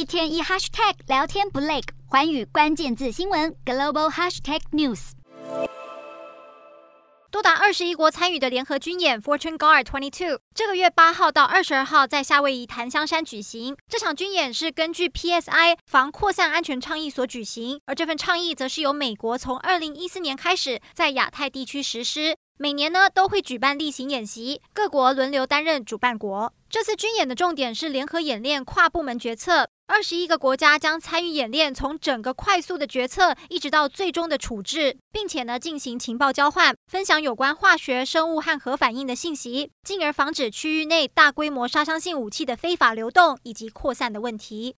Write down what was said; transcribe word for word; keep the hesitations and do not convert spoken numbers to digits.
天一 hashtag 聊天不累，寰宇关键字新闻 global hashtag news。 多达二十一国参与的联合军演 Fortune Guard 二十二，这个月八号到二十二号在夏威夷檀香山举行。这场军演是根据 P S I 防扩散安全倡议所举行，而这份倡议则是由美国从二零一四年开始在亚太地区实施。每年呢都会举办例行演习，各国轮流担任主办国。这次军演的重点是联合演练跨部门决策，二十一个国家将参与演练，从整个快速的决策一直到最终的处置，并且呢进行情报交换，分享有关化学、生物和核反应的信息，进而防止区域内大规模杀伤性武器的非法流动以及扩散的问题。